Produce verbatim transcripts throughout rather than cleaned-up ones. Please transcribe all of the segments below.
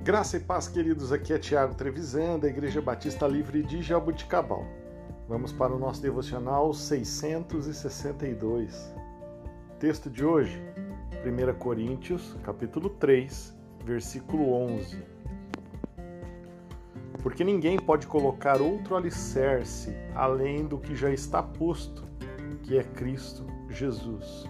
Graça e paz, queridos, aqui é Tiago Trevisan, da Igreja Batista Livre de Jaboticabal. Vamos para o nosso devocional seiscentos e sessenta e dois. Texto de hoje, primeira Coríntios, capítulo três, versículo onze. Porque ninguém pode colocar outro alicerce além do que já está posto, que é Cristo Jesus.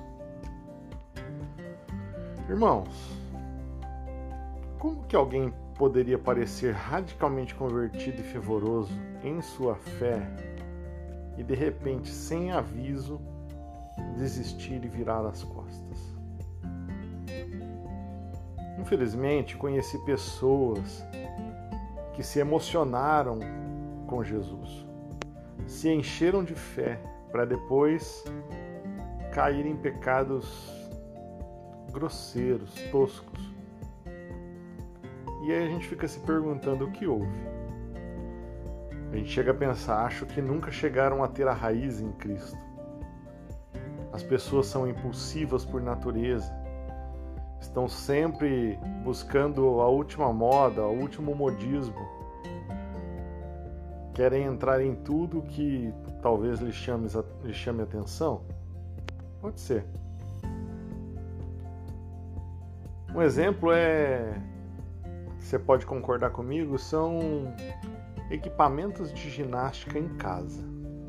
Irmãos, como que alguém poderia parecer radicalmente convertido e fervoroso em sua fé e de repente, sem aviso, desistir e virar as costas? Infelizmente, conheci pessoas que se emocionaram com Jesus, se encheram de fé para depois cair em pecados grosseiros, toscos. E aí a gente fica se perguntando o que houve. A gente chega a pensar, acho que nunca chegaram a ter a raiz em Cristo. As pessoas são impulsivas por natureza, estão sempre buscando a última moda, o último modismo. Querem entrar em tudo que talvez lhe chame, lhe chame atenção? Pode ser. Um exemplo é, você pode concordar comigo, são equipamentos de ginástica em casa.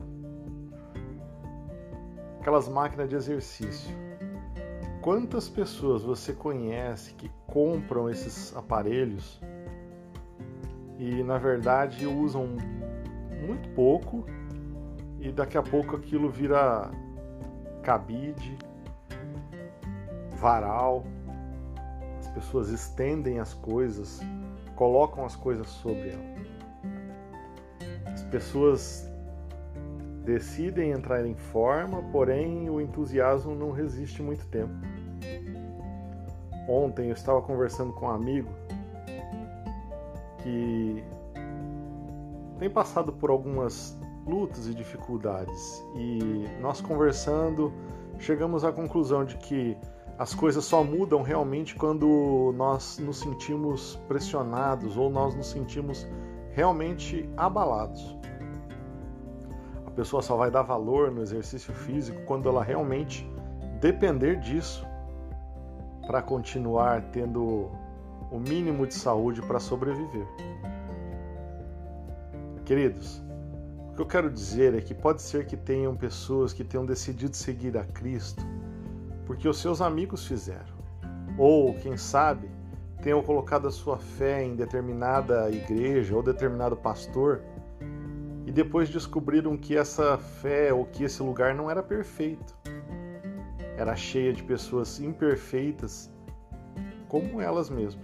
Aquelas máquinas de exercício. Quantas pessoas você conhece que compram esses aparelhos e, na verdade, usam muito pouco e daqui a pouco aquilo vira cabide, varal. As pessoas estendem as coisas, colocam as coisas sobre ela. As pessoas decidem entrar em forma, porém o entusiasmo não resiste muito tempo. Ontem eu estava conversando com um amigo que tem passado por algumas lutas e dificuldades, e nós conversando chegamos à conclusão de que as coisas só mudam realmente quando nós nos sentimos pressionados ou nós nos sentimos realmente abalados. A pessoa só vai dar valor no exercício físico quando ela realmente depender disso para continuar tendo o mínimo de saúde para sobreviver. Queridos, o que eu quero dizer é que pode ser que tenham pessoas que tenham decidido seguir a Cristo porque os seus amigos fizeram, ou, quem sabe, tenham colocado a sua fé em determinada igreja ou determinado pastor e depois descobriram que essa fé ou que esse lugar não era perfeito. Era cheia de pessoas imperfeitas como elas mesmas.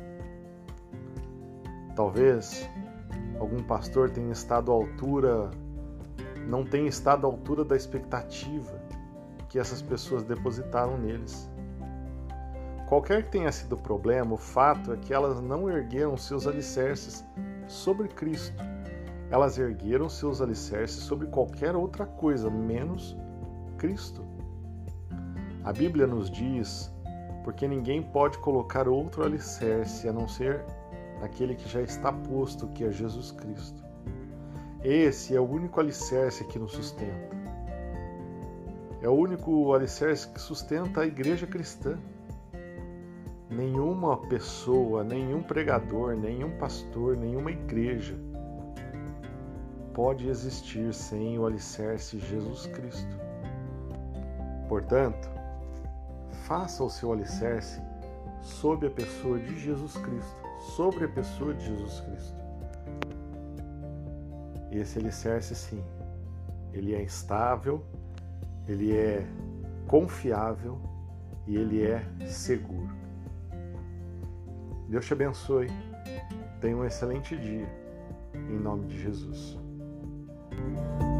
Talvez algum pastor tenha estado à altura, não tenha estado à altura da expectativa que essas pessoas depositaram neles. Qualquer que tenha sido o problema, o fato é que elas não ergueram seus alicerces sobre Cristo. Elas ergueram seus alicerces sobre qualquer outra coisa, menos Cristo. A Bíblia nos diz, porque ninguém pode colocar outro alicerce a não ser aquele que já está posto, que é Jesus Cristo. Esse é o único alicerce que nos sustenta. É o único alicerce que sustenta a igreja cristã. Nenhuma pessoa, nenhum pregador, nenhum pastor, nenhuma igreja pode existir sem o alicerce Jesus Cristo. Portanto, faça o seu alicerce sob a pessoa de Jesus Cristo, sobre a pessoa de Jesus Cristo. E esse alicerce, sim, ele é estável, ele é confiável e ele é seguro. Deus te abençoe. Tenha um excelente dia. Em nome de Jesus.